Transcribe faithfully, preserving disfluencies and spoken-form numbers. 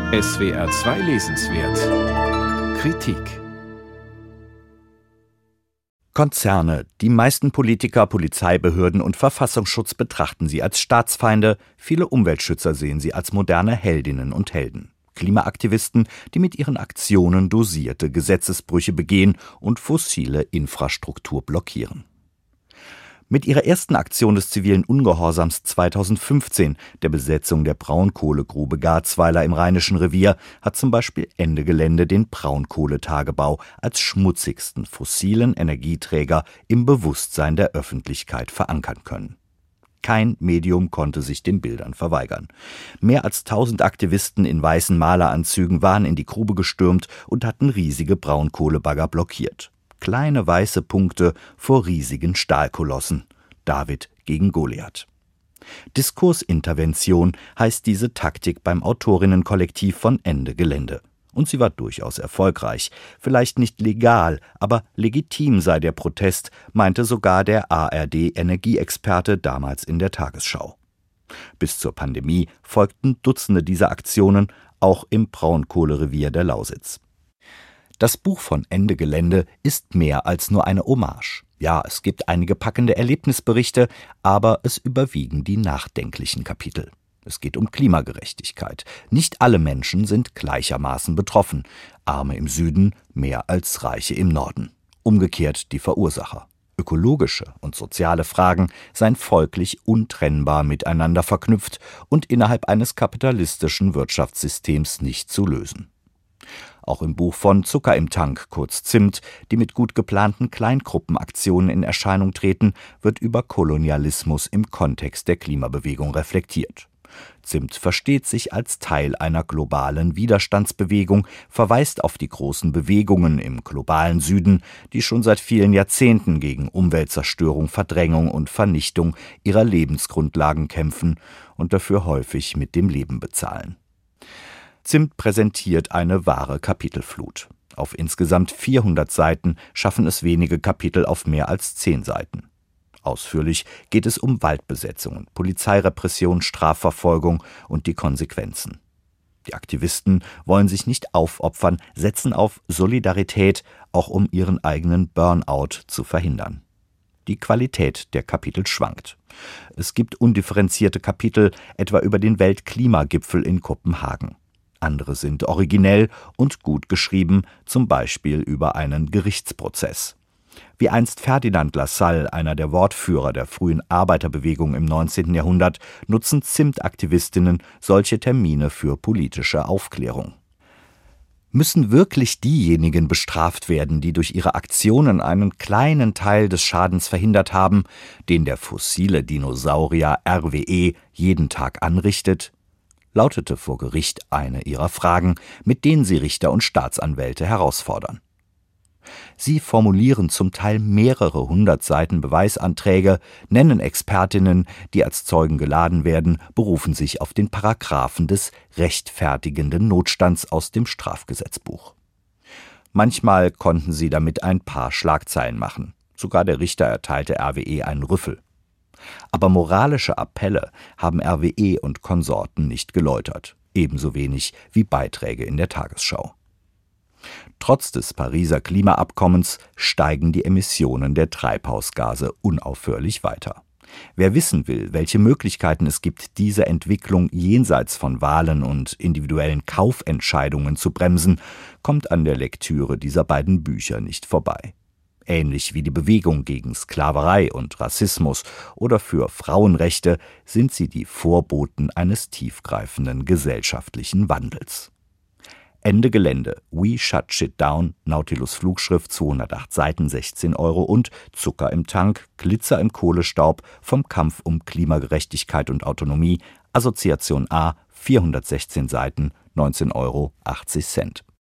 S W R zwei Lesenswert Kritik. Konzerne. Die meisten Politiker, Polizeibehörden und Verfassungsschutz betrachten sie als Staatsfeinde. Viele Umweltschützer sehen sie als moderne Heldinnen und Helden. Klimaaktivisten, die mit ihren Aktionen dosierte Gesetzesbrüche begehen und fossile Infrastruktur blockieren. Mit ihrer ersten Aktion des zivilen Ungehorsams zweitausendfünfzehn, der Besetzung der Braunkohlegrube Garzweiler im Rheinischen Revier, hat zum Beispiel Ende Gelände den Braunkohletagebau als schmutzigsten fossilen Energieträger im Bewusstsein der Öffentlichkeit verankern können. Kein Medium konnte sich den Bildern verweigern. Mehr als tausend Aktivisten in weißen Maleranzügen waren in die Grube gestürmt und hatten riesige Braunkohlebagger blockiert. Kleine weiße Punkte vor riesigen Stahlkolossen. David gegen Goliath. Diskursintervention heißt diese Taktik beim Autorinnenkollektiv von Ende Gelände. Und sie war durchaus erfolgreich. Vielleicht nicht legal, aber legitim sei der Protest, meinte sogar der A R D-Energieexperte damals in der Tagesschau. Bis zur Pandemie folgten Dutzende dieser Aktionen, auch im Braunkohlerevier der Lausitz. Das Buch von Ende Gelände ist mehr als nur eine Hommage. Ja, es gibt einige packende Erlebnisberichte, aber es überwiegen die nachdenklichen Kapitel. Es geht um Klimagerechtigkeit. Nicht alle Menschen sind gleichermaßen betroffen. Arme im Süden mehr als Reiche im Norden. Umgekehrt die Verursacher. Ökologische und soziale Fragen seien folglich untrennbar miteinander verknüpft und innerhalb eines kapitalistischen Wirtschaftssystems nicht zu lösen. Auch im Buch von Zucker im Tank, kurz Zimt, die mit gut geplanten Kleingruppenaktionen in Erscheinung treten, wird über Kolonialismus im Kontext der Klimabewegung reflektiert. Zimt versteht sich als Teil einer globalen Widerstandsbewegung, verweist auf die großen Bewegungen im globalen Süden, die schon seit vielen Jahrzehnten gegen Umweltzerstörung, Verdrängung und Vernichtung ihrer Lebensgrundlagen kämpfen und dafür häufig mit dem Leben bezahlen. Zimt präsentiert eine wahre Kapitelflut. Auf insgesamt vierhundert Seiten schaffen es wenige Kapitel auf mehr als zehn Seiten. Ausführlich geht es um Waldbesetzungen, Polizeirepression, Strafverfolgung und die Konsequenzen. Die Aktivisten wollen sich nicht aufopfern, setzen auf Solidarität, auch um ihren eigenen Burnout zu verhindern. Die Qualität der Kapitel schwankt. Es gibt undifferenzierte Kapitel, etwa über den Weltklimagipfel in Kopenhagen. Andere sind originell und gut geschrieben, zum Beispiel über einen Gerichtsprozess. Wie einst Ferdinand Lassalle, einer der Wortführer der frühen Arbeiterbewegung im neunzehnten Jahrhundert, nutzen Zimt-Aktivistinnen solche Termine für politische Aufklärung. Müssen wirklich diejenigen bestraft werden, die durch ihre Aktionen einen kleinen Teil des Schadens verhindert haben, den der fossile Dinosaurier R W E jeden Tag anrichtet? Lautete vor Gericht eine ihrer Fragen, mit denen sie Richter und Staatsanwälte herausfordern. Sie formulieren zum Teil mehrere hundert Seiten Beweisanträge, nennen Expertinnen, die als Zeugen geladen werden, berufen sich auf den Paragraphen des rechtfertigenden Notstands aus dem Strafgesetzbuch. Manchmal konnten sie damit ein paar Schlagzeilen machen. Sogar der Richter erteilte R W E einen Rüffel. Aber moralische Appelle haben R W E und Konsorten nicht geläutert, ebenso wenig wie Beiträge in der Tagesschau. Trotz des Pariser Klimaabkommens steigen die Emissionen der Treibhausgase unaufhörlich weiter. Wer wissen will, welche Möglichkeiten es gibt, diese Entwicklung jenseits von Wahlen und individuellen Kaufentscheidungen zu bremsen, kommt an der Lektüre dieser beiden Bücher nicht vorbei. Ähnlich wie die Bewegung gegen Sklaverei und Rassismus oder für Frauenrechte sind sie die Vorboten eines tiefgreifenden gesellschaftlichen Wandels. Ende Gelände, We Shut Shit Down, Nautilus Flugschrift, zweihundertacht Seiten, sechzehn Euro und Zucker im Tank, Glitzer im Kohlestaub, vom Kampf um Klimagerechtigkeit und Autonomie, Assoziation A, vierhundertsechzehn Seiten, neunzehn Euro achtzig Cent.